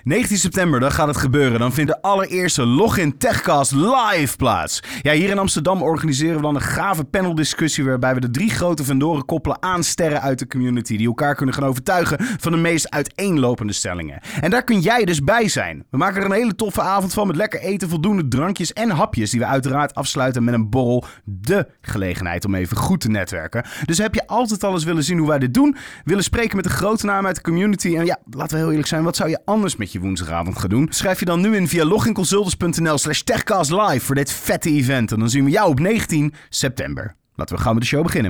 19 september, dan gaat het gebeuren. Dan vindt de allereerste Login Techcast live plaats. Ja, hier in Amsterdam organiseren we dan een gave paneldiscussie waarbij we de 3 grote vendoren koppelen aan sterren uit de community die elkaar kunnen gaan overtuigen van de meest uiteenlopende stellingen. En daar kun jij dus bij zijn. We maken er een hele toffe avond van met lekker eten, voldoende drankjes en hapjes die we uiteraard afsluiten met een borrel. De gelegenheid om even goed te netwerken. Dus heb je altijd al eens willen zien hoe wij dit doen? Willen spreken met de grote namen uit de community? En ja, laten we heel eerlijk zijn, wat zou je anders met je woensdagavond gaan doen? Schrijf je dan nu in via loginconsultants.nl/techcastlive voor dit vette event. En dan zien we jou op 19 september. Laten we gauw met de show beginnen.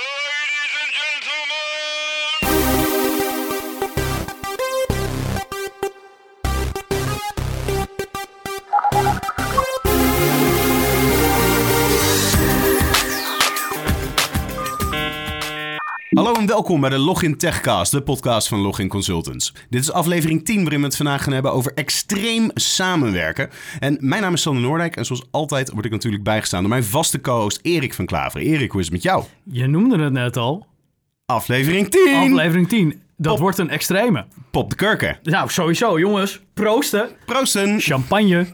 Hallo en welkom bij de Login Techcast, de podcast van Login Consultants. Dit is aflevering 10 waarin we het vandaag gaan hebben over extreem samenwerken. En mijn naam is Sander Noordijk en zoals altijd word ik natuurlijk bijgestaan door mijn vaste co-host Erik van Klaveren. Erik, hoe is het met jou? Je noemde het net al. Aflevering 10! Aflevering 10. Dat wordt een extreme. Pop de kurken. Nou, sowieso jongens. Proosten. Proosten! Champagne.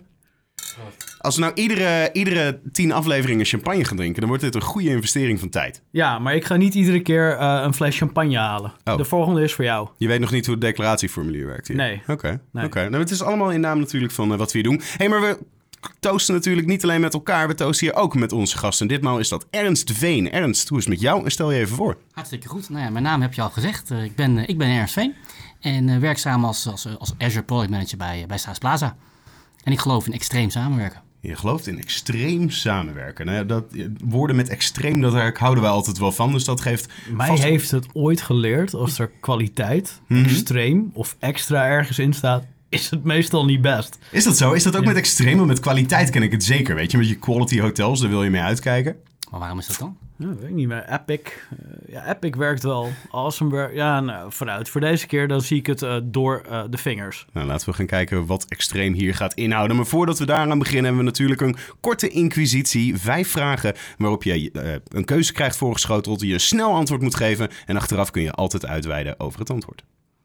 Als we nou iedere 10 afleveringen champagne gaan drinken, dan wordt dit een goede investering van tijd. Ja, maar ik ga niet iedere keer een fles champagne halen. Oh. De volgende is voor jou. Je weet nog niet hoe het declaratieformulier werkt hier? Nee. Oké. Nee. Nou, het is allemaal in naam natuurlijk van wat we hier doen. Maar we toosten natuurlijk niet alleen met elkaar, we toosten hier ook met onze gasten. En ditmaal is dat Ernst Veen. Ernst, hoe is het met jou? En stel je even voor. Hartstikke goed. Nou ja, mijn naam heb je al gezegd. Ik ben Ernst Veen en werkzaam als Azure Product Manager bij SaaS Plaza. En ik geloof in extreem samenwerken. Je gelooft in extreem samenwerken. Nou ja, woorden met extreem, daar houden wij altijd wel van. Dus dat geeft Mij heeft het ooit geleerd, als er kwaliteit, extreem of extra ergens in staat, is het meestal niet best. Is dat zo? Is dat ook met extreem? Want met kwaliteit ken ik het zeker, weet je. Met je quality hotels, daar wil je mee uitkijken. Maar waarom is dat dan? Ja, weet ik niet meer. Epic. Epic werkt wel. Awesome ja, nou, vooruit. Voor deze keer dan zie ik het door de vingers. Nou, laten we gaan kijken wat extreem hier gaat inhouden. Maar voordat we daaraan beginnen hebben we natuurlijk een korte inquisitie. 5 vragen waarop je een keuze krijgt voorgeschoteld. Die je een snel antwoord moet geven. En achteraf kun je altijd uitweiden over het antwoord.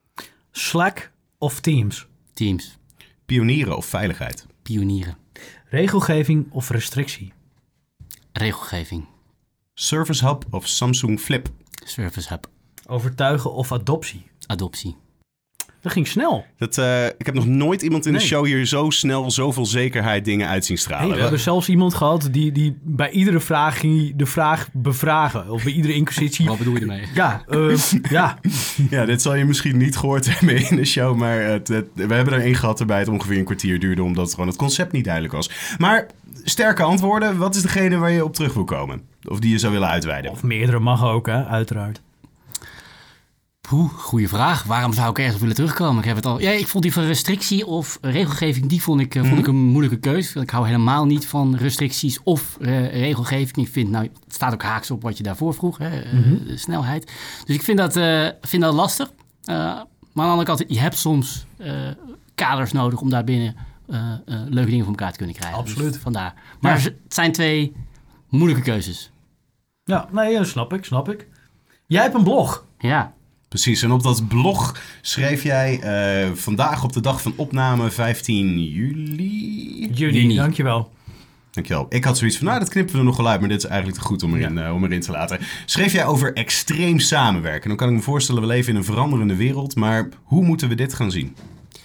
Slack of Teams? Teams. Pionieren of veiligheid? Pionieren. Regelgeving of restrictie? Regelgeving. Service Hub of Samsung Flip? Service Hub. Overtuigen of adoptie? Adoptie. Dat ging snel. Ik heb nog nooit iemand in de show hier zo snel, zoveel zekerheid dingen uit zien stralen. Hey, we hebben zelfs iemand gehad die bij iedere vraag ging de vraag bevragen. Of bij iedere inquisitie. Wat bedoel je ermee? Ja, ja. Ja, dit zal je misschien niet gehoord hebben in de show. Maar we hebben er 1 gehad waarbij het ongeveer een kwartier duurde. Omdat gewoon het concept niet duidelijk was. Maar sterke antwoorden. Wat is degene waar je op terug wil komen? Of die je zou willen uitweiden? Of meerdere mag ook, hè, uiteraard. Goeie vraag. Waarom zou ik ergens willen terugkomen? Ik heb het al. Ja, ik vond die van restrictie of regelgeving, die vond ik een moeilijke keuze. Ik hou helemaal niet van restricties of regelgeving. Ik vind, nou, het staat ook haaks op wat je daarvoor vroeg, hè, de snelheid. Dus ik vind dat lastig. Maar aan de andere kant, je hebt soms kaders nodig om daarbinnen leuke dingen voor elkaar te kunnen krijgen. Absoluut. Dus vandaar. Maar het zijn 2 moeilijke keuzes. Ja, nee, snap ik. Jij hebt een blog. Ja. Precies, en op dat blog schreef jij vandaag op de dag van opname 15 Juni, dankjewel. Dankjewel. Ik had zoiets van, dat knippen we er nog wel uit, maar dit is eigenlijk te goed om erin te laten. Schreef jij over extreem samenwerken. Dan kan ik me voorstellen, we leven in een veranderende wereld, maar hoe moeten we dit gaan zien?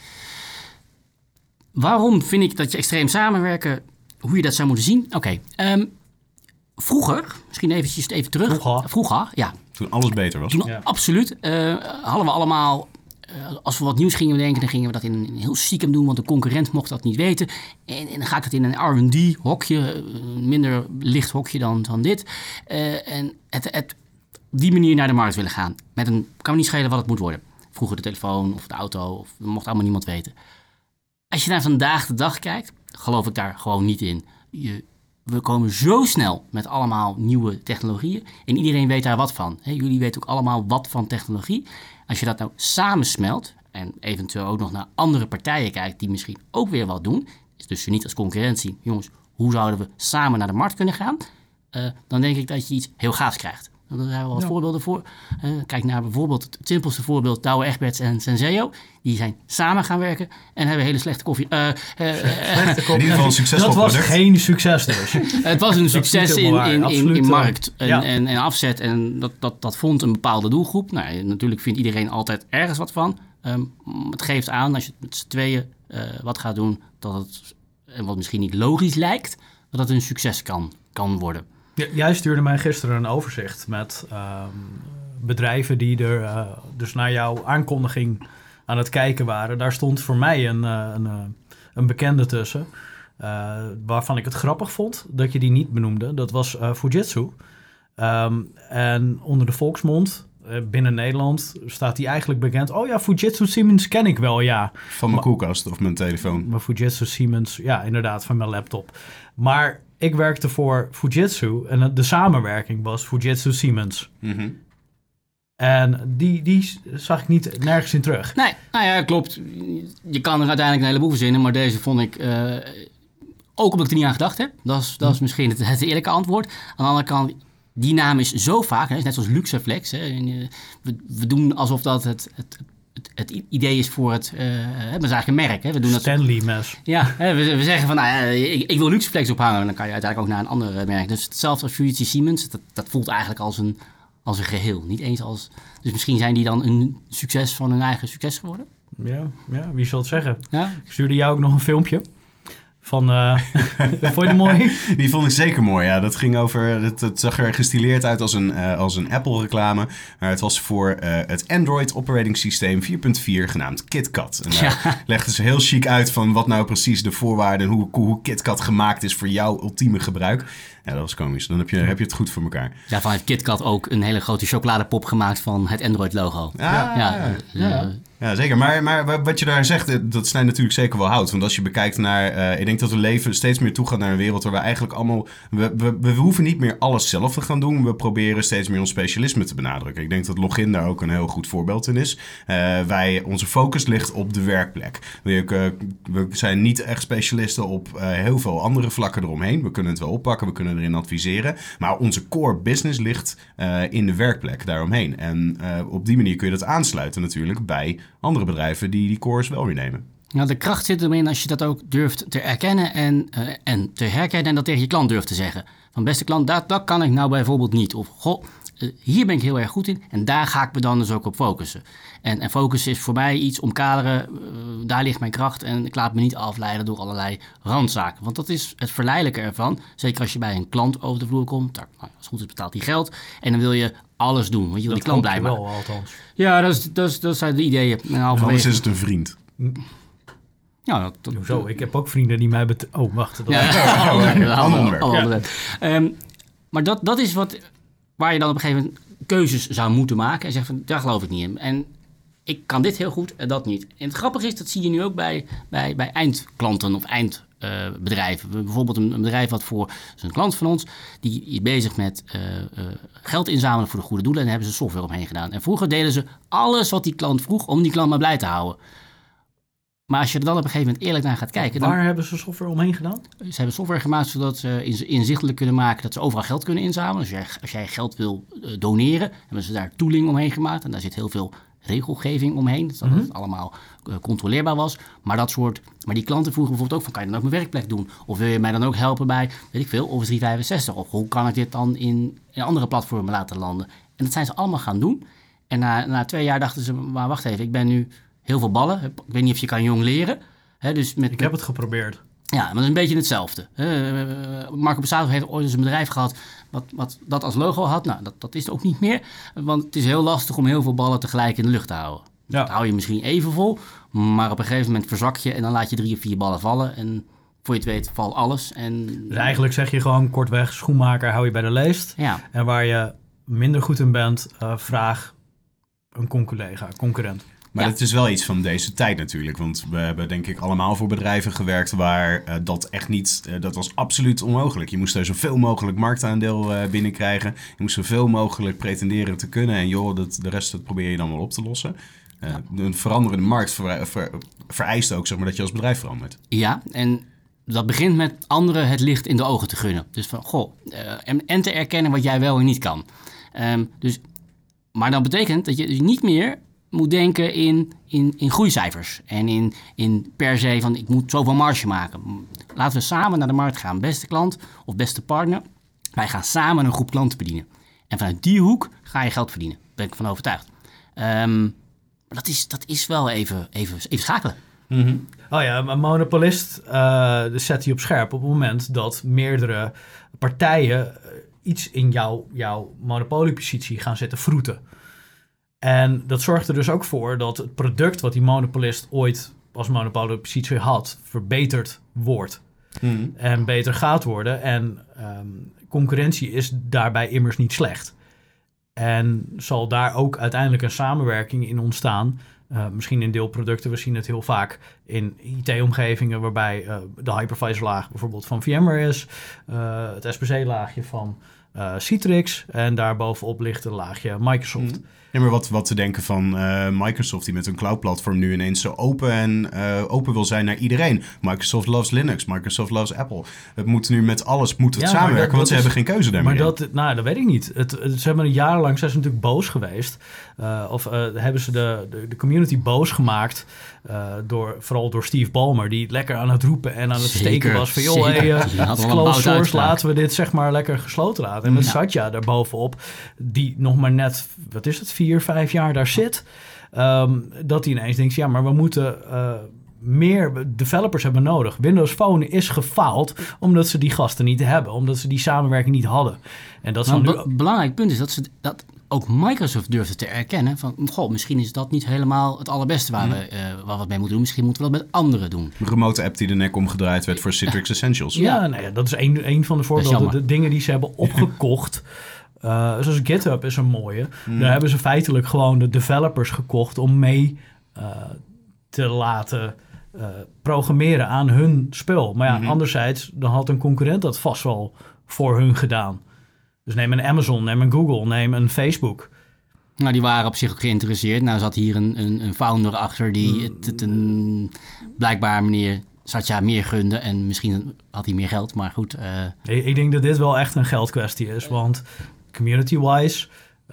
Waarom vind ik dat je extreem samenwerken, hoe je dat zou moeten zien? Oké, vroeger, misschien even terug. Vroeger, ja. Toen alles beter was. Absoluut. Hadden we allemaal, als we wat nieuws gingen bedenken, dan gingen we dat in een heel stiekem doen, want de concurrent mocht dat niet weten. En dan ga ik het in een R&D-hokje, een minder licht hokje dan dit. En het die manier naar de markt willen gaan. Kan me niet schelen wat het moet worden. Vroeger de telefoon of de auto, of dat mocht allemaal niemand weten. Als je naar vandaag de dag kijkt, geloof ik daar gewoon niet in. We komen zo snel met allemaal nieuwe technologieën en iedereen weet daar wat van. Jullie weten ook allemaal wat van technologie. Als je dat nou samensmelt en eventueel ook nog naar andere partijen kijkt die misschien ook weer wat doen, dus je niet als concurrentie, jongens, hoe zouden we samen naar de markt kunnen gaan? Dan denk ik dat je iets heel gaafs krijgt. Daar hebben we wat voorbeelden voor. Kijk naar bijvoorbeeld het simpelste voorbeeld, Douwe Egberts en Senseo. Die zijn samen gaan werken en hebben hele slechte koffie. In ieder geval een succesvol Dat was product. geen succes dus. Het was een succes absoluut, in markt ja. en afzet. En dat vond een bepaalde doelgroep. Nou, natuurlijk vindt iedereen altijd ergens wat van. Het geeft aan, als je met z'n tweeën wat gaat doen, dat het, en wat misschien niet logisch lijkt, dat het een succes kan worden. Jij stuurde mij gisteren een overzicht met bedrijven die er dus naar jouw aankondiging aan het kijken waren. Daar stond voor mij een bekende tussen, waarvan ik het grappig vond dat je die niet benoemde. Dat was Fujitsu. En onder de volksmond, binnen Nederland, staat die eigenlijk bekend. Oh ja, Fujitsu Siemens ken ik wel, ja. Van mijn koelkast of mijn telefoon. Maar Fujitsu Siemens, ja, inderdaad, van mijn laptop. Maar ik werkte voor Fujitsu en de samenwerking was Fujitsu Siemens. Mm-hmm. En die zag ik niet nergens in terug. Nee, nou ja, klopt. Je kan er uiteindelijk een heleboel verzinnen, maar deze vond ik, ook omdat ik er niet aan gedacht heb, dat is misschien het eerlijke antwoord. Aan de andere kant, die naam is zo vaak, hè, net zoals Luxeflex. Hè, we doen alsof dat het idee is voor het, dat is eigenlijk een merk. Hè. We doen dat Stanley mes. Ja, we zeggen van, ik wil Luxeflex ophangen. En dan kan je uiteindelijk ook naar een ander merk. Dus hetzelfde als Fujitsu Siemens, dat voelt eigenlijk als een geheel. Niet eens als. Dus misschien zijn die dan een succes van hun eigen succes geworden. Ja, wie zal het zeggen? Ja. Ik stuurde jou ook nog een filmpje van. Vond je het mooi? Die vond ik zeker mooi, ja. Dat ging over. Het zag er gestileerd uit als een Apple-reclame. Maar het was voor het Android operating systeem 4.4 genaamd KitKat. En daar legden ze heel chic uit van wat nou precies de voorwaarden en hoe KitKat gemaakt is voor jouw ultieme gebruik. Ja, dat was komisch. Dan heb je het goed voor elkaar. Daarvan heeft KitKat ook een hele grote chocoladepop gemaakt van het Android-logo. Ja, zeker. Maar wat je daar zegt, dat snijdt natuurlijk zeker wel hout. Want als je bekijkt naar. Ik denk dat we leven steeds meer toegaan naar een wereld waar we eigenlijk allemaal. We hoeven niet meer alles zelf te gaan doen. We proberen steeds meer ons specialisme te benadrukken. Ik denk dat Login daar ook een heel goed voorbeeld in is. Onze focus ligt op de werkplek. We zijn niet echt specialisten op heel veel andere vlakken eromheen. We kunnen het wel oppakken, we kunnen erin adviseren. Maar onze core business ligt in de werkplek daaromheen. En op die manier kun je dat aansluiten natuurlijk bij andere bedrijven die cores wel weer nemen. Nou, de kracht zit erin als je dat ook durft te erkennen en te herkennen en dat tegen je klant durft te zeggen. Van beste klant, dat kan ik nou bijvoorbeeld niet. Of goh, hier ben ik heel erg goed in en daar ga ik me dan dus ook op focussen. En focussen is voor mij iets omkaderen, daar ligt mijn kracht en ik laat me niet afleiden door allerlei randzaken. Want dat is het verleidelijke ervan. Zeker als je bij een klant over de vloer komt, als het goed is betaalt hij geld en dan wil je alles doen, want je wil die klant blij maken. Wel, althans. Ja, dat zijn de ideeën. Anders is het een vriend. Ja, Hoezo? Ik heb ook vrienden die mij Oh, wacht. Maar dat is waar je dan op een gegeven moment keuzes zou moeten maken. En zegt van, daar geloof ik niet in. En ik kan dit heel goed en dat niet. En het grappige is, dat zie je nu ook bij eindklanten of eindbedrijven. Bijvoorbeeld een bedrijf wat voor een klant van ons, die is bezig met geld inzamelen voor de goede doelen. En daar hebben ze software omheen gedaan. En vroeger deden ze alles wat die klant vroeg om die klant maar blij te houden. Maar als je er dan op een gegeven moment eerlijk naar gaat kijken... Waar hebben ze software omheen gedaan? Ze hebben software gemaakt zodat ze inzichtelijk kunnen maken dat ze overal geld kunnen inzamelen. Dus als jij geld wil doneren, hebben ze daar tooling omheen gemaakt. En daar zit heel veel regelgeving omheen, zodat het allemaal controleerbaar was. Maar die klanten vroegen bijvoorbeeld ook van, kan je dan ook mijn werkplek doen? Of wil je mij dan ook helpen bij, weet ik veel, Office 365? Of hoe kan ik dit dan in andere platformen laten landen? En dat zijn ze allemaal gaan doen. En na 2 jaar dachten ze, maar wacht even, ik ben nu heel veel ballen. Ik weet niet of je kan jong leren. Dus ik heb het geprobeerd. Ja, maar dat is een beetje hetzelfde. Marco Borsato heeft ooit eens een bedrijf gehad wat dat als logo had. Nou, dat is het ook niet meer. Want het is heel lastig om heel veel ballen tegelijk in de lucht te houden. Ja. Dat hou je misschien even vol, maar op een gegeven moment verzak je en dan laat je 3 of 4 ballen vallen. En voor je het weet valt alles. Dus eigenlijk zeg je gewoon kortweg, schoenmaker hou je bij de leest. Ja. En waar je minder goed in bent, vraag een concurrent. Maar dat is wel iets van deze tijd natuurlijk. Want we hebben denk ik allemaal voor bedrijven gewerkt waar dat echt niet... dat was absoluut onmogelijk. Je moest er zoveel mogelijk marktaandeel binnenkrijgen. Je moest zoveel mogelijk pretenderen te kunnen. En joh, de rest dat probeer je dan wel op te lossen. Een veranderende markt vereist ook zeg maar, dat je als bedrijf verandert. Ja, en dat begint met anderen het licht in de ogen te gunnen. Dus van, en te erkennen wat jij wel en niet kan. Maar dat betekent dat je dus niet meer moet denken in groeicijfers. En in per se van ik moet zoveel marge maken. Laten we samen naar de markt gaan. Beste klant of beste partner. Wij gaan samen een groep klanten bedienen. En vanuit die hoek ga je geld verdienen. Daar ben ik van overtuigd. Maar dat is wel even schakelen. Mm-hmm. Oh ja, een monopolist zet hij op scherp op het moment dat meerdere partijen iets in jouw monopoliepositie gaan zitten vroeten. En dat zorgt er dus ook voor dat het product wat die monopolist ooit als monopoliepositie had, verbeterd wordt. Mm. En beter gaat worden. En concurrentie is daarbij immers niet slecht. En zal daar ook uiteindelijk een samenwerking in ontstaan. Misschien in deelproducten, we zien het heel vaak in IT-omgevingen waarbij de hypervisor-laag bijvoorbeeld van VMware is, het SPC-laagje van Citrix en daarbovenop ligt een laagje Microsoft. Ja, maar wat te denken van Microsoft die met hun cloud-platform nu ineens zo open wil zijn naar iedereen. Microsoft loves Linux, Microsoft loves Apple. Het moet nu met alles samenwerken, want ze hebben geen keuze daarmee. Maar dat weet ik niet. Ze hebben jarenlang zijn ze natuurlijk boos geweest. Hebben ze de community boos gemaakt. Vooral door Steve Ballmer, die lekker aan het roepen en aan het steken was. Van closed source, laten we dit zeg maar lekker gesloten laten. En met Satya daarbovenop, die nog maar net, 4-5 jaar daar zit. Dat hij ineens denkt, ja, maar we moeten meer developers hebben nodig. Windows Phone is gefaald omdat ze die gasten niet hebben. Omdat ze die samenwerking niet hadden. En dat een belangrijk punt is dat ook Microsoft durfde te erkennen van, misschien is dat niet helemaal het allerbeste waar we wat mee moeten doen. Misschien moeten we dat met anderen doen. Een remote app die de nek omgedraaid werd voor Citrix Essentials. Ja, dat is een van de voorbeelden. De dingen die ze hebben opgekocht. Zoals GitHub is een mooie. Daar hebben ze feitelijk gewoon de developers gekocht om mee te laten programmeren aan hun spul. Maar ja, anderzijds, dan had een concurrent dat vast wel voor hun gedaan. Dus neem een Amazon, neem een Google, neem een Facebook. Nou, die waren op zich ook geïnteresseerd. Nou zat hier een founder achter die het een blijkbaar meneer Satya meer gunde. En misschien had hij meer geld, maar goed. Ik denk dat dit wel echt een geldkwestie is, want community-wise,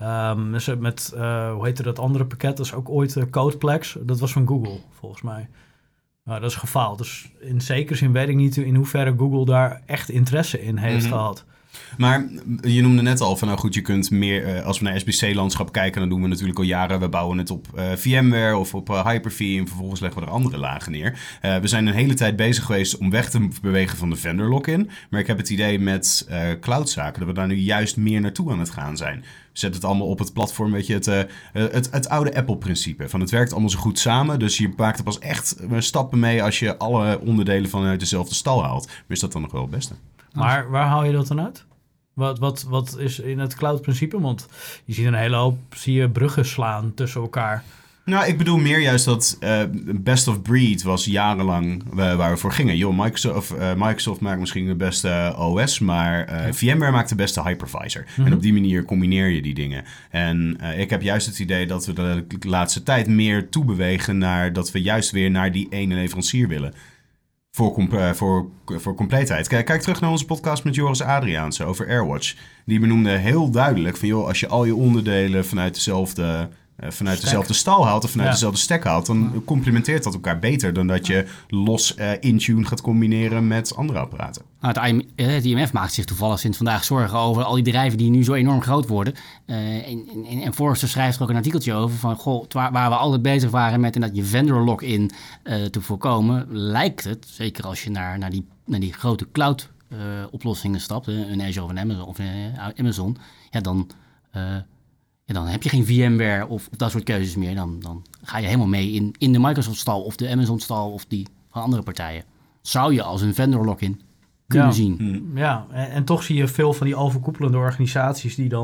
met, hoe heette dat andere pakket? Dat is ook ooit Codeplex. Dat was van Google, volgens mij. Dat is gefaald. Dus in zekere zin weet ik niet in hoeverre Google daar echt interesse in heeft gehad. Maar je noemde net al van, nou goed, je kunt meer, als we naar SBC-landschap kijken, dan doen we natuurlijk al jaren, we bouwen het op VMware of op Hyper-V en vervolgens leggen we er andere lagen neer. We zijn een hele tijd bezig geweest om weg te bewegen van de vendor lock-in, maar ik heb het idee met cloudzaken dat we daar nu juist meer naartoe aan het gaan zijn. Zet het allemaal op het platform, weet je, het oude Apple-principe. Van het werkt allemaal zo goed samen, dus je maakt er pas echt stappen mee als je alle onderdelen vanuit dezelfde stal haalt. Maar is dat dan nog wel het beste? Maar waar haal je dat dan uit? Wat is in het cloud-principe? Want je ziet een hele hoop bruggen slaan tussen elkaar. Nou, ik bedoel meer juist dat best of breed was jarenlang waar we voor gingen. Joh, Microsoft maakt misschien de beste OS, maar VMware maakt de beste hypervisor. En op die manier combineer je die dingen. En ik heb juist het idee dat we de laatste tijd meer toebewegen naar dat we juist weer naar die ene leverancier willen. Voor compleetheid. Kijk terug naar onze podcast met Joris Adriaanse over AirWatch. Die benoemde heel duidelijk van, joh, als je al je onderdelen vanuit dezelfde stal haalt of vanuit dezelfde stack haalt, dan complementeert dat elkaar beter dan dat je los Intune gaat combineren met andere apparaten. Nou, het IMF maakt zich toevallig sinds vandaag zorgen over al die bedrijven die nu zo enorm groot worden. En Forrester schrijft er ook een artikeltje over van, waar we altijd bezig waren met dat je vendor lock-in te voorkomen, lijkt het, zeker als je naar die grote cloud oplossingen stapt, een Azure of een Amazon, dan heb je geen VMware of dat soort keuzes meer. Dan ga je helemaal mee in de Microsoft-stal of de Amazon-stal of die van andere partijen. Zou je als een vendor lock-in kunnen zien. Ja, en toch zie je veel van die overkoepelende organisaties die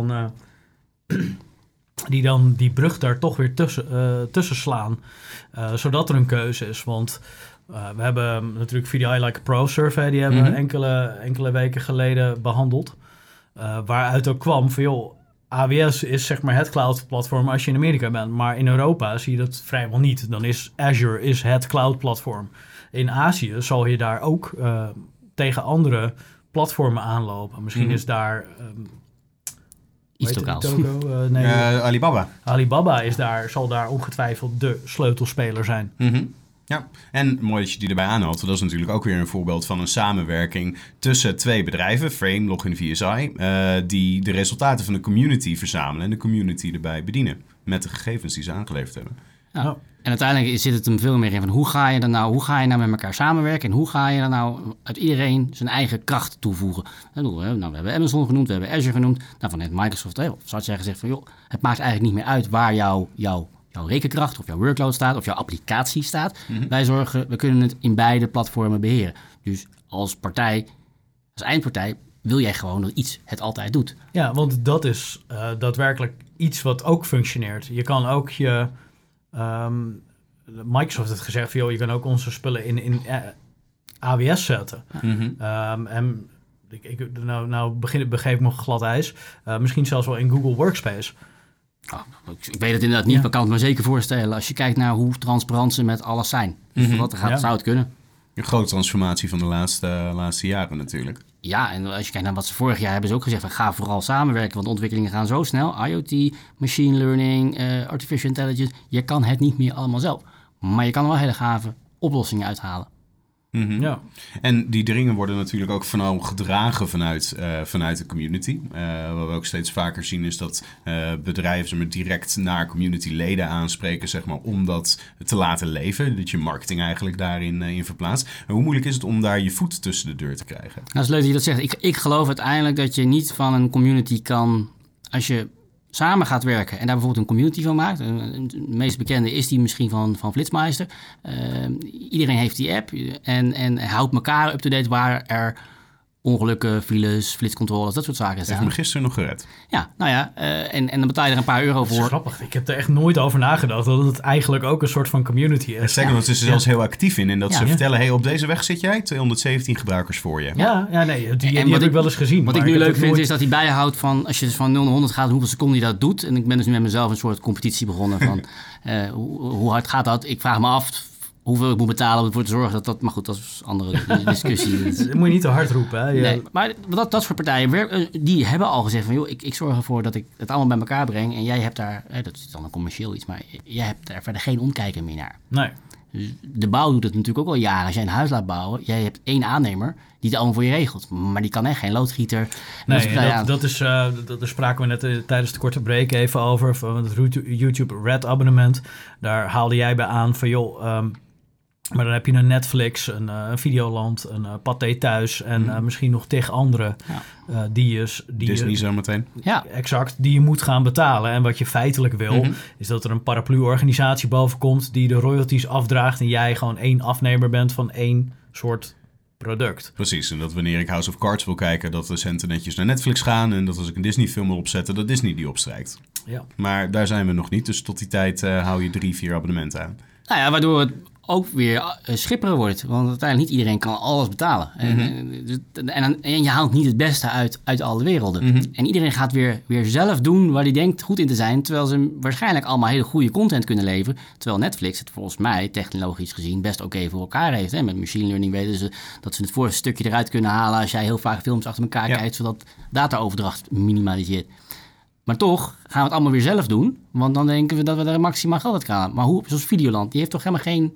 dan die brug daar toch weer tussen slaan. Zodat er een keuze is. Want we hebben natuurlijk VDI Like a Pro survey, die hebben we enkele weken geleden behandeld. Waaruit ook kwam van, joh, AWS is zeg maar het cloud-platform als je in Amerika bent. Maar in Europa zie je dat vrijwel niet. Dan is Azure het cloud-platform. In Azië zal je daar ook tegen andere platformen aanlopen. Misschien is daar Iets lokaals. Alibaba. Alibaba zal daar ongetwijfeld de sleutelspeler zijn. Mm-hmm. Ja, en mooi dat je die erbij aanhaalt. Dat is natuurlijk ook weer een voorbeeld van een samenwerking tussen 2 bedrijven, Frame, Login, VSI, die de resultaten van de community verzamelen en de community erbij bedienen met de gegevens die ze aangeleverd hebben. Ja. En uiteindelijk zit het hem veel meer in van hoe ga je nou met elkaar samenwerken en hoe ga je dan nou uit iedereen zijn eigen kracht toevoegen. We hebben Amazon genoemd, we hebben Azure genoemd. Nou, van net Microsoft of Satya gezegd van joh, het maakt eigenlijk niet meer uit waar jouw rekenkracht of jouw workload staat of jouw applicatie staat. Mm-hmm. We kunnen het in beide platformen beheren. Dus als eindpartij wil jij gewoon dat iets het altijd doet. Ja, want dat is daadwerkelijk iets wat ook functioneert. Je kan ook Microsoft heeft gezegd van, joh, je kan ook onze spullen in AWS zetten. Mm-hmm. En begeef ik nog glad ijs. Misschien zelfs wel in Google Workspace. Oh, ik weet het inderdaad niet, maar kan het me zeker voorstellen als je kijkt naar hoe transparant ze met alles zijn. Dus wat er gaat, zou het kunnen. Een grote transformatie van de laatste jaren natuurlijk. Ja, en als je kijkt naar wat ze vorig jaar hebben ze ook gezegd, van ga vooral samenwerken, want de ontwikkelingen gaan zo snel. IoT, machine learning, artificial intelligence, je kan het niet meer allemaal zelf. Maar je kan er wel hele gave oplossingen uithalen. Mm-hmm. Ja. En die dingen worden natuurlijk ook vooral gedragen vanuit de community. Wat we ook steeds vaker zien is dat bedrijven direct naar communityleden aanspreken, zeg maar, om dat te laten leven. Dat je marketing eigenlijk daarin in verplaatst. En hoe moeilijk is het om daar je voet tussen de deur te krijgen? Dat is leuk dat je dat zegt. Ik geloof uiteindelijk dat je niet van een community kan, als je samen gaat werken en daar bijvoorbeeld een community van maakt. De meest bekende is die misschien van Flitsmeister. Iedereen heeft die app en houdt elkaar up-to-date waar er ongelukken, files, flitscontroles, dat soort zaken zijn. Dat heeft me gisteren nog gered. Ja, nou ja, en dan betaal je er een paar euro voor. Dat is grappig. Ik heb er echt nooit over nagedacht dat het eigenlijk ook een soort van community is. Zeker, want ze is er zelfs heel actief in dat ze vertellen, hey, op deze weg zit jij, 217 gebruikers voor je. Die heb ik wel eens gezien. Wat ik nu leuk vind is dat hij bijhoudt van, als je dus van 0 naar 100 gaat, hoeveel seconden je dat doet. En ik ben dus nu met mezelf een soort competitie begonnen van hoe hard gaat dat? Ik vraag me af hoeveel ik moet betalen om ervoor te zorgen dat... Maar goed, dat is een andere discussie. Dat moet je niet te hard roepen. Hè? Nee, maar dat soort partijen, die hebben al gezegd van, joh, ik zorg ervoor dat ik het allemaal bij elkaar breng. En jij hebt daar, dat is dan een commercieel iets, maar jij hebt daar verder geen omkijken meer naar. Nee. Dus de bouw doet het natuurlijk ook al jaren. Als jij een huis laat bouwen, jij hebt 1 aannemer die het allemaal voor je regelt. Maar die kan echt geen loodgieter. Nee, daar spraken we net tijdens de korte break even over. Van het YouTube Red abonnement. Daar haalde jij bij aan van, joh, maar dan heb je een Netflix, een Videoland, een Pathé Thuis en misschien nog tegen andere Disney zometeen. Ja, exact, die je moet gaan betalen. En wat je feitelijk wil, is dat er een paraplu-organisatie boven komt die de royalties afdraagt en jij gewoon 1 afnemer bent van 1 soort product. Precies, en dat wanneer ik House of Cards wil kijken, dat de centen netjes naar Netflix gaan en dat als ik een Disney-film wil opzetten, dat Disney die opstrijkt. Ja. Maar daar zijn we nog niet, dus tot die tijd hou je 3-4 abonnementen aan. Nou ja, waardoor het ook weer schipperen wordt. Want uiteindelijk niet iedereen kan alles betalen. En je haalt niet het beste uit alle werelden. En iedereen gaat weer zelf doen waar hij denkt goed in te zijn. Terwijl ze waarschijnlijk allemaal hele goede content kunnen leveren. Terwijl Netflix het volgens mij technologisch gezien best oké voor elkaar heeft. Hè? Met machine learning weten ze dat ze het voorste stukje eruit kunnen halen als jij heel vaak films achter elkaar kijkt. Zodat dataoverdracht minimaliseert. Maar toch gaan we het allemaal weer zelf doen. Want dan denken we dat we er maximaal geld uit gaan. Maar hoe, zoals Videoland, die heeft toch helemaal geen...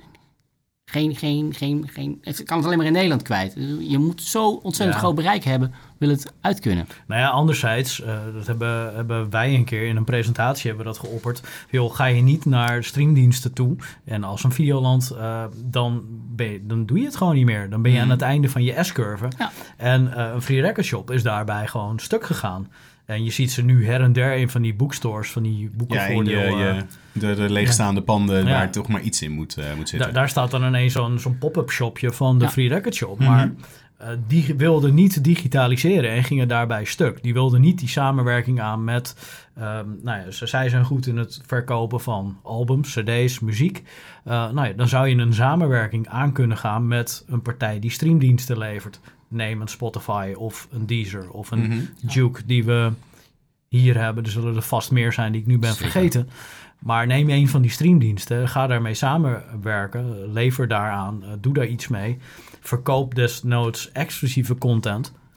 Het kan het alleen maar in Nederland kwijt. Je moet zo ontzettend groot bereik hebben, wil het uit kunnen. Nou ja, anderzijds, dat hebben wij een keer in een presentatie hebben we dat geopperd. Joh, ga je niet naar streamdiensten toe en als een Videoland, dan doe je het gewoon niet meer. Dan ben je aan het einde van je S-curve. Ja. En een Free Record Shop is daarbij gewoon stuk gegaan. En je ziet ze nu her en der in van die bookstores, van die boekenvoordeel. De leegstaande panden waar toch maar iets in moet zitten. Daar staat dan ineens zo'n pop-up shopje van de Free Record Shop. Maar die wilden niet digitaliseren en gingen daarbij stuk. Die wilden niet die samenwerking aan met... zij zijn goed in het verkopen van albums, cd's, muziek. Dan zou je een samenwerking aan kunnen gaan met een partij die streamdiensten levert. Neem een Spotify of een Deezer of een Juke die we hier hebben. Er zullen er vast meer zijn die ik nu ben vergeten. Maar neem een van die streamdiensten, ga daarmee samenwerken, lever daaraan, doe daar iets mee. Verkoop desnoods exclusieve content. Ja.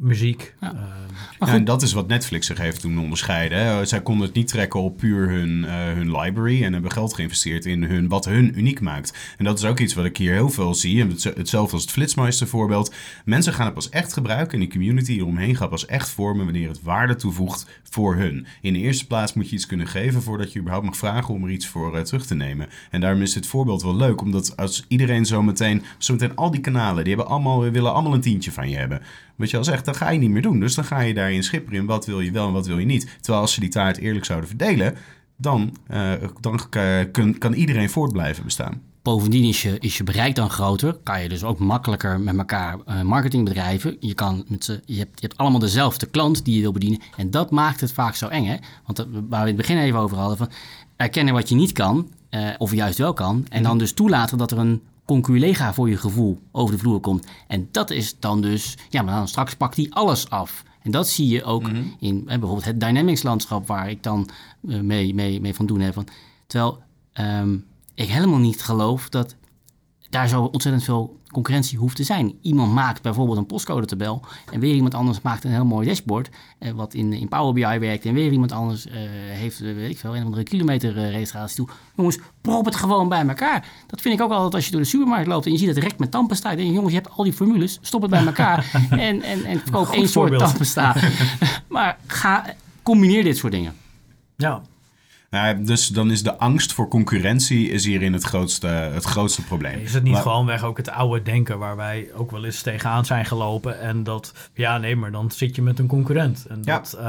muziek. Ja. En dat is wat Netflix zich heeft toen onderscheiden. Hè. Zij konden het niet trekken op puur hun library en hebben geld geïnvesteerd in wat hun uniek maakt. En dat is ook iets wat ik hier heel veel zie. En hetzelfde als het Flitsmeister voorbeeld. Mensen gaan het pas echt gebruiken en die community eromheen gaat pas echt vormen wanneer het waarde toevoegt voor hun. In de eerste plaats moet je iets kunnen geven voordat je überhaupt mag vragen om er iets voor terug te nemen. En daarom is dit voorbeeld wel leuk, omdat als iedereen zometeen al die kanalen, die willen allemaal een tientje van je hebben. Wat je al zegt, dat ga je niet meer doen. Dus dan ga je daarin schipperen in wat wil je wel en wat wil je niet. Terwijl als ze die taart eerlijk zouden verdelen, dan kan iedereen voort blijven bestaan. Bovendien is je bereik dan groter. Kan je dus ook makkelijker met elkaar marketing bedrijven. Je hebt allemaal dezelfde klant die je wil bedienen. En dat maakt het vaak zo eng. Hè? Want waar we in het begin even over hadden. Van erkennen wat je niet kan. Of juist wel kan. En dan dus toelaten dat er een conculega voor je gevoel over de vloer komt. En dat is dan dus... Ja, maar dan straks pakt die alles af. En dat zie je ook in bijvoorbeeld het Dynamics landschap... waar ik dan mee van doen heb. Terwijl ik helemaal niet geloof dat daar zo ontzettend veel concurrentie hoeft te zijn. Iemand maakt bijvoorbeeld een postcode-tabel... en weer iemand anders maakt een heel mooi dashboard... wat in Power BI werkt... en weer iemand anders heeft, weet ik veel... een of andere kilometerregistratie toe. Jongens, prop het gewoon bij elkaar. Dat vind ik ook altijd als je door de supermarkt loopt... en je ziet het rek met tandpasta. Dan denk je, jongens, je hebt al die formules, stop het bij elkaar... en koop één soort tandpasta. Maar combineer dit soort dingen. Ja. Dus dan is de angst voor concurrentie is hierin het grootste probleem. Is het niet gewoonweg ook het oude denken waar wij ook wel eens tegenaan zijn gelopen en dat, maar dan zit je met een concurrent. En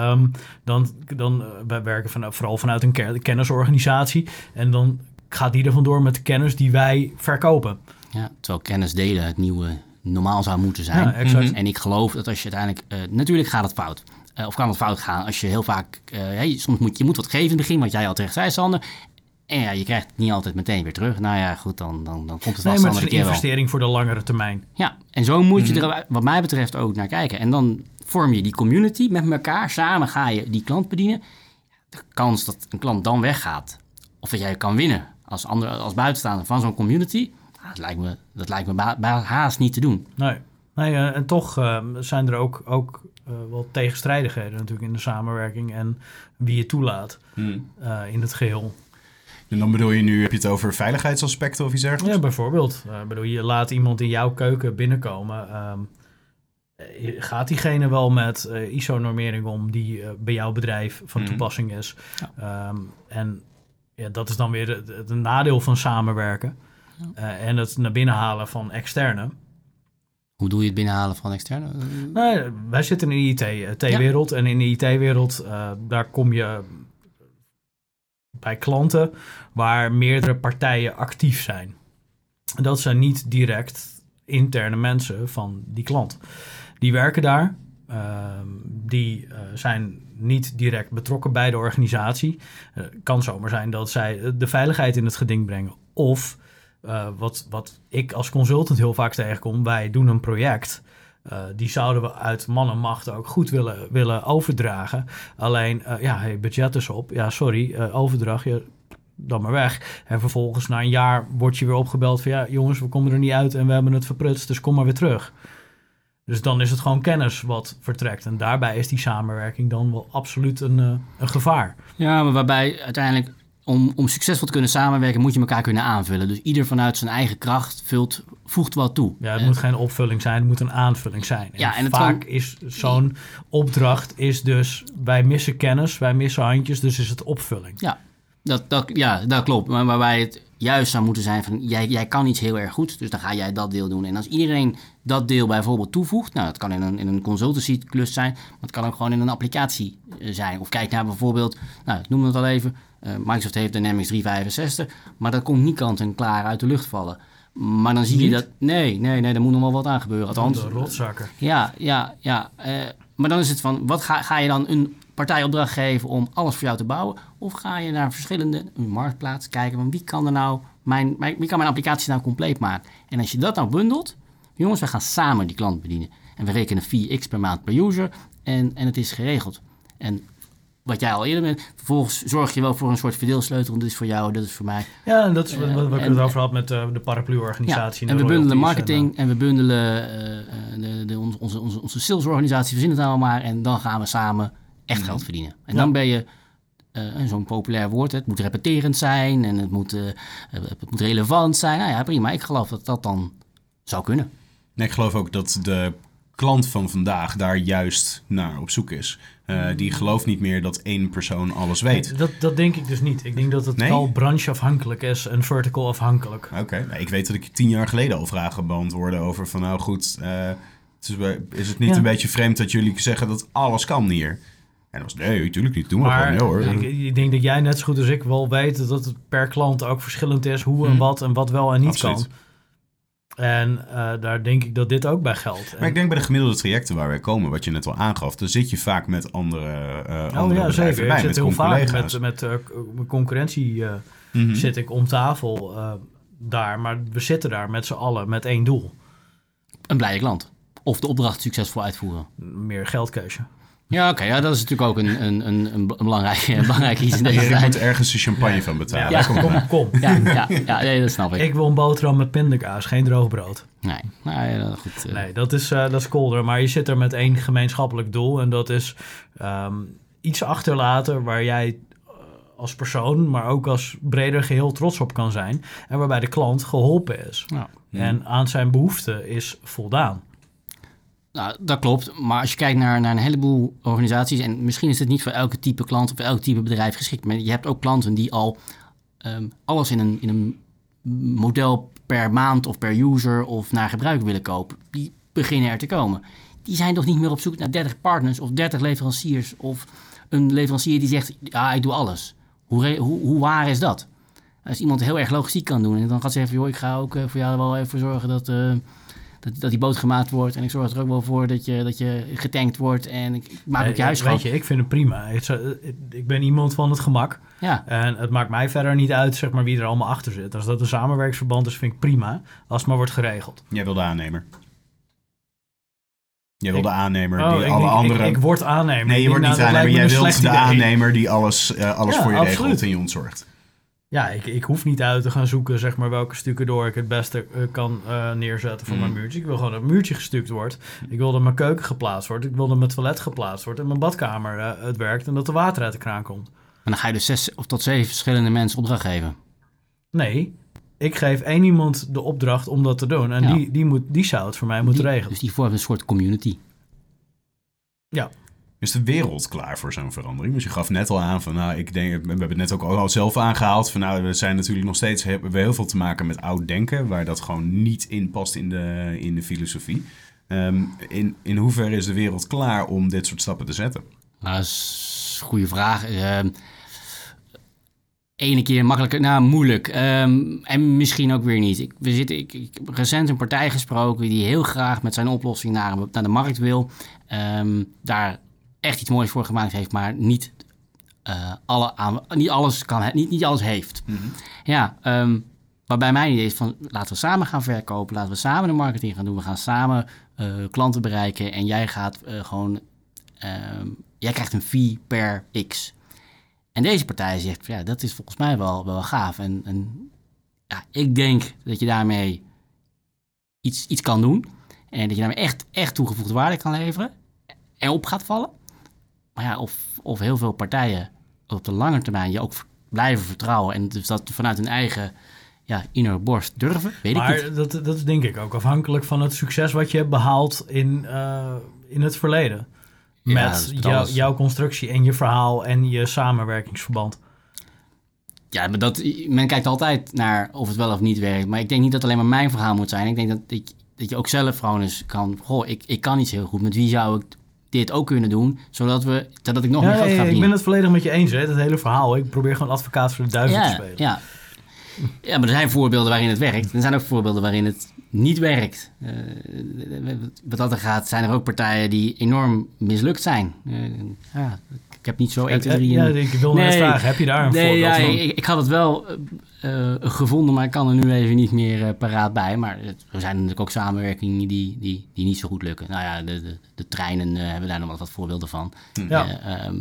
wij werken vooral vanuit een kennisorganisatie en dan gaat die er vandoor met de kennis die wij verkopen. Ja, terwijl kennis delen het nieuwe normaal zou moeten zijn. Ja, exact. En ik geloof dat als je uiteindelijk... natuurlijk gaat het fout. Of kan het fout gaan als je heel vaak... soms je moet wat geven in het begin, wat jij al terecht zei, Sander. En ja, je krijgt het niet altijd meteen weer terug. Nou ja, goed, dan komt het vast. Maar het is een investering voor de langere termijn. Ja, en zo moet je er wat mij betreft ook naar kijken. En dan vorm je die community met elkaar. Samen ga je die klant bedienen. De kans dat een klant dan weggaat, of dat jij kan winnen als buitenstaander van zo'n community... Dat lijkt me haast niet te doen. Nee, en toch zijn er ook wel tegenstrijdigheden natuurlijk in de samenwerking en wie je toelaat in het geheel. En dan bedoel je heb je het over veiligheidsaspecten of iets dergelijks? Ja, bijvoorbeeld. Je laat iemand in jouw keuken binnenkomen. Gaat diegene wel met ISO-normering om die bij jouw bedrijf van toepassing is? Ja. Dat is dan weer het nadeel van samenwerken. En het naar binnen halen van externe. Hoe doe je het binnenhalen van externe? Nee, wij zitten in de IT-wereld. Ja. En in de IT-wereld, daar kom je bij klanten waar meerdere partijen actief zijn. En dat zijn niet direct interne mensen van die klant. Die werken daar. Die zijn niet direct betrokken bij de organisatie. Kan zomaar zijn dat zij de veiligheid in het geding brengen. Of... Wat ik als consultant heel vaak tegenkom, wij doen een project. Die zouden we uit man en macht ook goed willen overdragen. Alleen, budget is op. Ja, sorry, overdracht je dan maar weg. En vervolgens na een jaar word je weer opgebeld van... ja, jongens, we komen er niet uit en we hebben het verprutst, dus kom maar weer terug. Dus dan is het gewoon kennis wat vertrekt. En daarbij is die samenwerking dan wel absoluut een gevaar. Ja, maar waarbij uiteindelijk... Om succesvol te kunnen samenwerken moet je elkaar kunnen aanvullen. Dus ieder vanuit zijn eigen kracht voegt wat toe. Ja, het moet geen opvulling zijn, het moet een aanvulling zijn. En vaak is zo'n opdracht is dus... wij missen kennis, wij missen handjes, dus is het opvulling. Ja, dat klopt. Maar waarbij het juist zou moeten zijn van... jij kan iets heel erg goed, dus dan ga jij dat deel doen. En als iedereen dat deel bijvoorbeeld toevoegt... nou, dat kan in een consultancy-klus zijn... maar het kan ook gewoon in een applicatie zijn. Of kijk naar bijvoorbeeld, nou, ik noem het al even... Microsoft heeft Dynamics 365, maar dat komt niet kant en klaar uit de lucht vallen. Maar dan zie je dat... Nee, daar moet nog wel wat aan gebeuren. Althans, de rotzakken. Ja. Maar dan is het van, wat ga je dan een partijopdracht geven om alles voor jou te bouwen? Of ga je naar verschillende marktplaatsen kijken van wie kan mijn applicatie nou compleet maken? En als je dat nou bundelt, jongens, we gaan samen die klant bedienen. En we rekenen 4x per maand per user en het is geregeld. En wat jij al eerder bent. Vervolgens zorg je wel voor een soort verdeelsleutel. Dit is voor jou, dat is voor mij. Ja, en dat is wat ik het over had met de paraplu-organisatie. En we bundelen marketing en we bundelen onze salesorganisatie. We verzinnen het allemaal maar. En dan gaan we samen echt geld verdienen. En dan ben je... zo'n populair woord. Het moet repeterend zijn en het moet relevant zijn. Nou ja, prima. Ik geloof dat dat dan zou kunnen. Nee, ik geloof ook dat de klant van vandaag daar juist naar op zoek is. Die gelooft niet meer dat één persoon alles weet. Dat denk ik dus niet. Ik denk dat het wel brancheafhankelijk is en vertical afhankelijk. Oké. Nou, ik weet dat ik 10 jaar geleden al vragen beantwoordde over van nou goed, is het niet een beetje vreemd dat jullie zeggen dat alles kan hier? En dat was, nee, natuurlijk niet. Doen we gewoon, hoor. Ik denk dat jij net zo goed als ik wel weet dat het per klant ook verschillend is hoe en wat wel en niet kan. En daar denk ik dat dit ook bij geldt. Maar ik denk bij de gemiddelde trajecten waar wij komen, wat je net al aangaf, dan zit je vaak met andere bedrijven zeker. bij, ik met zit heel collega's. vaak met concurrentie zit ik om tafel daar. Maar we zitten daar met z'n allen met één doel. Een blije klant. Of de opdracht succesvol uitvoeren. Meer geldkeuze. Ja, oké. Ja, dat is natuurlijk ook een belangrijk iets in deze tijd. Je moet ergens de champagne van betalen. Ja, kom. Ja, nee, dat snap ik. Ik wil een boterham met pindakaas, geen droog brood. Nee, goed. Nee, dat is kolder. Maar je zit er met één gemeenschappelijk doel. En dat is iets achterlaten waar jij als persoon, maar ook als breder geheel trots op kan zijn. En waarbij de klant geholpen is. Ja. En aan zijn behoeften is voldaan. Nou, dat klopt. Maar als je kijkt naar een heleboel organisaties... en misschien is het niet voor elke type klant of elk type bedrijf geschikt... maar je hebt ook klanten die al alles in een model per maand of per user... of naar gebruik willen kopen. Die beginnen er te komen. Die zijn toch niet meer op zoek naar 30 partners of 30 leveranciers... of een leverancier die zegt, ja, ik doe alles. Hoe waar is dat? Als iemand heel erg logistiek kan doen... en dan gaat ze zeggen, joh, ik ga ook voor jou wel even zorgen dat die boot gemaakt wordt. En ik zorg er ook wel voor dat je getankt wordt. En ik maak ook je huis schoon. Weet je, ik vind het prima. Ik ben iemand van het gemak. Ja. En het maakt mij verder niet uit, zeg maar, wie er allemaal achter zit. Als dat een samenwerksverband is, vind ik prima. Als het maar wordt geregeld. Jij wil de aannemer. Jij wil de aannemer die alle andere... Ik word aannemer. Nee, je wordt niet aannemer. Jij wilt de aannemer die alles voor je regelt en je ontzorgt. Ja, ik hoef niet uit te gaan zoeken, zeg maar, welke stukken door ik het beste kan neerzetten voor mijn muurtje. Ik wil gewoon dat mijn muurtje gestuukt wordt. Ik wil dat mijn keuken geplaatst wordt. Ik wil dat mijn toilet geplaatst wordt en mijn badkamer het werkt en dat er water uit de kraan komt. En dan ga je dus 6 tot 7 verschillende mensen opdracht geven? Nee, ik geef één iemand de opdracht om dat te doen. En die zou het voor mij moeten regelen. Dus die vormt een soort community. Ja. Is de wereld klaar voor zo'n verandering? Dus je gaf net al aan van, nou, ik denk, we hebben het net ook al zelf aangehaald. Van, nou, we zijn natuurlijk nog steeds, hebben we heel veel te maken met oud denken, waar dat gewoon niet in past in de filosofie. In hoeverre is de wereld klaar om dit soort stappen te zetten? Nou, dat is een goede vraag. Ene keer makkelijker, moeilijk. En misschien ook weer niet. Ik heb recent een partij gesproken die heel graag met zijn oplossing naar de markt wil. Daar echt iets moois voor gemaakt heeft, maar niet alles heeft. Mm-hmm. Ja, waarbij mijn idee is van, laten we samen gaan verkopen, laten we samen de marketing gaan doen, we gaan samen klanten bereiken en jij gaat jij krijgt een fee per X. En deze partij zegt, ja, dat is volgens mij wel gaaf. En ik denk dat je daarmee iets kan doen en dat je daarmee echt toegevoegde waarde kan leveren en op gaat vallen. Maar ja, of heel veel partijen op de lange termijn je ook blijven vertrouwen en dus dat vanuit hun eigen inner borst durven, weet ik niet. Maar dat is denk ik ook afhankelijk van het succes wat je hebt behaald in het verleden. Met jouw constructie en je verhaal en je samenwerkingsverband. Ja, maar men kijkt altijd naar of het wel of niet werkt. Maar ik denk niet dat het alleen maar mijn verhaal moet zijn. Ik denk dat je ook zelf gewoon eens kan... ik kan iets heel goed. Met wie zou ik dit ook kunnen doen? Zodat ik nog meer geld ga verdienen. Ik ben het volledig met je eens, hè, het hele verhaal. Ik probeer gewoon advocaat voor de duivel te spelen. Ja, maar er zijn voorbeelden waarin het werkt. Er zijn ook voorbeelden waarin het niet werkt. Wat dat er gaat, zijn er ook partijen die enorm mislukt zijn. Ik heb niet zo 1, 2, 3... ik wil net vragen, heb je daar een voorbeeld van? Ik had het wel gevonden, maar ik kan er nu even niet meer paraat bij. Maar er zijn natuurlijk ook samenwerkingen die niet zo goed lukken. Nou ja, de treinen hebben daar nog wat voorbeelden van.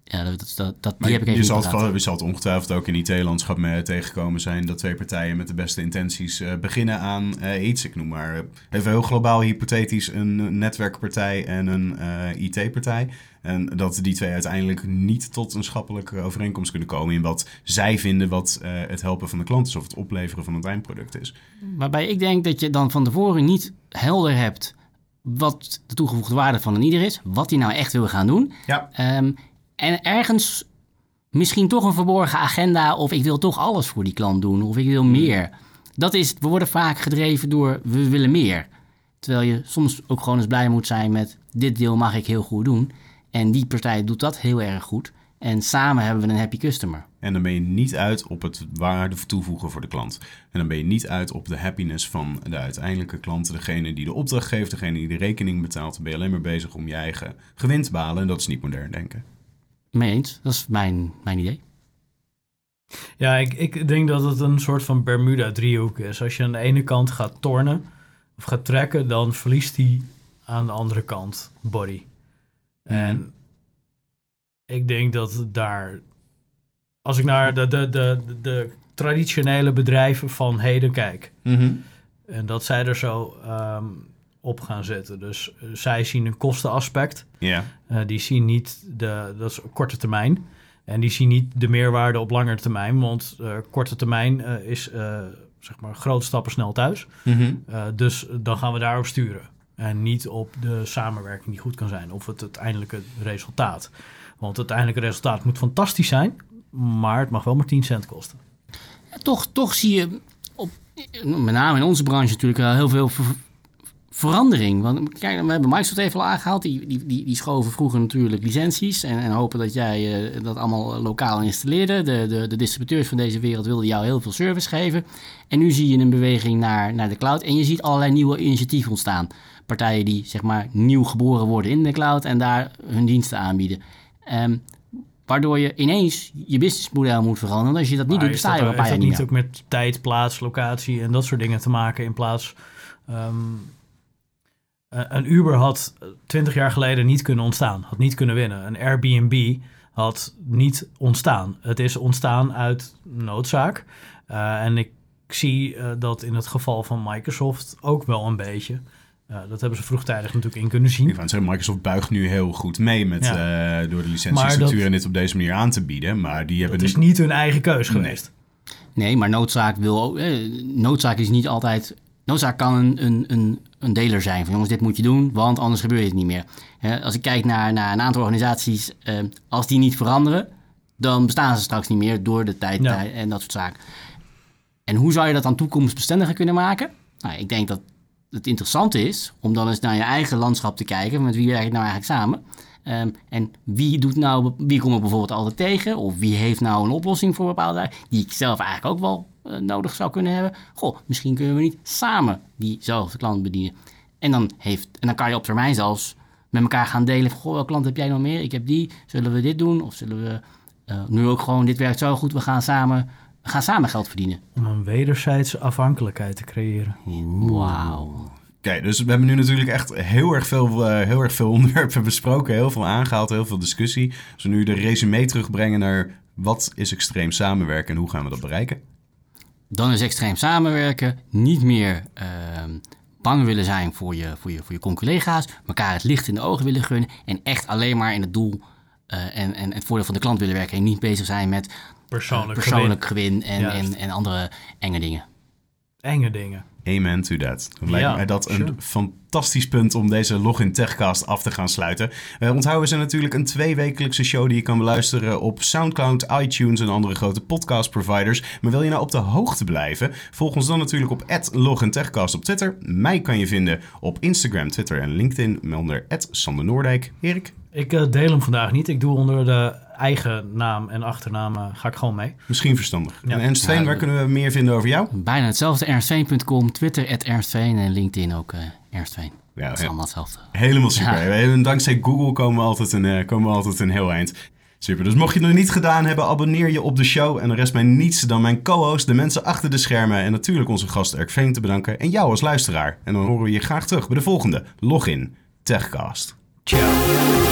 Ja, die heb ik even je zal het ongetwijfeld ook in IT-landschap tegengekomen zijn dat twee partijen met de beste intenties beginnen aan iets. Ik noem maar even heel globaal hypothetisch een netwerkpartij en een IT-partij. En dat die twee uiteindelijk niet tot een schappelijke overeenkomst kunnen komen in wat zij vinden wat het helpen van de klant is of het opleveren van het eindproduct is. Waarbij ik denk dat je dan van tevoren niet helder hebt wat de toegevoegde waarde van een ieder is, wat hij nou echt wil gaan doen. Ja. En ergens misschien toch een verborgen agenda of ik wil toch alles voor die klant doen of ik wil meer. We worden vaak gedreven door we willen meer. Terwijl je soms ook gewoon eens blij moet zijn met dit deel mag ik heel goed doen. En die partij doet dat heel erg goed. En samen hebben we een happy customer. En dan ben je niet uit op het waarde toevoegen voor de klant. En dan ben je niet uit op de happiness van de uiteindelijke klant. Degene die de opdracht geeft, degene die de rekening betaalt. Dan ben je alleen maar bezig om je eigen gewin te behalen. En dat is niet modern denken. Mee eens, dat is mijn idee. Ja, ik denk dat het een soort van Bermuda-driehoek is. Als je aan de ene kant gaat tornen of gaat trekken, dan verliest hij aan de andere kant body. En ik denk dat daar, als ik naar de traditionele bedrijven van heden kijk, en dat zij er zo op gaan zitten. Dus zij zien een kostenaspect. Ja. Die zien niet dat is op korte termijn. En die zien niet de meerwaarde op lange termijn. Want korte termijn is zeg maar grote stappen snel thuis. Dus dan gaan we daarop sturen. En niet op de samenwerking die goed kan zijn. Of het uiteindelijke resultaat. Want het uiteindelijke resultaat moet fantastisch zijn. Maar het mag wel maar 10 cent kosten. Ja, toch zie je, met name in onze branche natuurlijk heel veel verandering. Want kijk, we hebben Microsoft even al aangehaald. Die schoven vroeger natuurlijk licenties. En hopen dat jij dat allemaal lokaal installeerde. De distributeurs van deze wereld wilden jou heel veel service geven. En nu zie je een beweging naar de cloud. En je ziet allerlei nieuwe initiatieven ontstaan. Partijen die zeg maar nieuw geboren worden in de cloud en daar hun diensten aanbieden. Waardoor je ineens je businessmodel moet veranderen. Als je dat niet doet, besta je wel een paar jaar niet meer. Heeft dat niet ook met tijd, plaats, locatie en dat soort dingen te maken in plaats... een Uber had 20 jaar geleden niet kunnen ontstaan. Had niet kunnen winnen. Een Airbnb had niet ontstaan. Het is ontstaan uit noodzaak. En ik zie dat in het geval van Microsoft ook wel een beetje. Dat hebben ze vroegtijdig natuurlijk in kunnen zien. Ik wou zeggen, Microsoft buigt nu heel goed mee met door de licentiestructuur en dit op deze manier aan te bieden. Maar die hebben is niet hun eigen keus geweest. Nee, maar noodzaak noodzaak is niet altijd. Noodzaak kan een deler zijn van jongens, dit moet je doen, want anders gebeurt het niet meer. Als ik kijk naar een aantal organisaties, als die niet veranderen, dan bestaan ze straks niet meer door de tijd en dat soort zaken. En hoe zou je dat dan toekomstbestendiger kunnen maken? Nou, ik denk dat het interessant is om dan eens naar je eigen landschap te kijken. Met wie werk ik nou eigenlijk samen? En wie kom ik bijvoorbeeld altijd tegen? Of wie heeft nou een oplossing voor bepaalde die ik zelf eigenlijk ook wel nodig zou kunnen hebben? Goh, misschien kunnen we niet samen diezelfde klant bedienen. En dan kan je op termijn zelfs met elkaar gaan delen. Van, welke klant heb jij nog meer? Ik heb die. Zullen we dit doen? Of zullen we nu ook gewoon, dit werkt zo goed, we gaan samen geld verdienen. Om een wederzijdse afhankelijkheid te creëren. Wauw. Oké, dus we hebben nu natuurlijk echt heel erg veel onderwerpen besproken. Heel veel aangehaald, heel veel discussie. Als we nu de resume terugbrengen naar wat is extreem samenwerken en hoe gaan we dat bereiken? Dan is extreem samenwerken niet meer bang willen zijn voor je collega's. Elkaar het licht in de ogen willen gunnen. En echt alleen maar in het doel en het voordeel van de klant willen werken. En niet bezig zijn met persoonlijk gewin en andere enge dingen. Enge dingen. Amen to that. Dan lijkt mij dat een fantastisch punt om deze Login Techcast af te gaan sluiten. Onthouden ze natuurlijk een 2-wekelijkse show die je kan beluisteren op Soundcloud, iTunes en andere grote podcastproviders. Maar wil je nou op de hoogte blijven? Volg ons dan natuurlijk op @LoginTechcast op Twitter. Mij kan je vinden op Instagram, Twitter en LinkedIn onder @Sander Noordijk. Erik? Ik deel hem vandaag niet. Ik doe onder de eigen naam en achternaam ga ik gewoon mee. Misschien verstandig. Ja. En Ernst Veen, waar kunnen we meer vinden over jou? Bijna hetzelfde. ErnstVeen.com, Twitter @ErnstVeen en LinkedIn ook Ernst Veen. Ja, dat is allemaal hetzelfde. Helemaal super. Ja. Dankzij Google komen we altijd een heel eind. Super. Dus mocht je het nog niet gedaan hebben, abonneer je op de show. En er rest mij niets dan mijn co-host, de mensen achter de schermen en natuurlijk onze gast Erk Veen te bedanken. En jou als luisteraar. En dan horen we je graag terug bij de volgende Login Techcast. Ciao.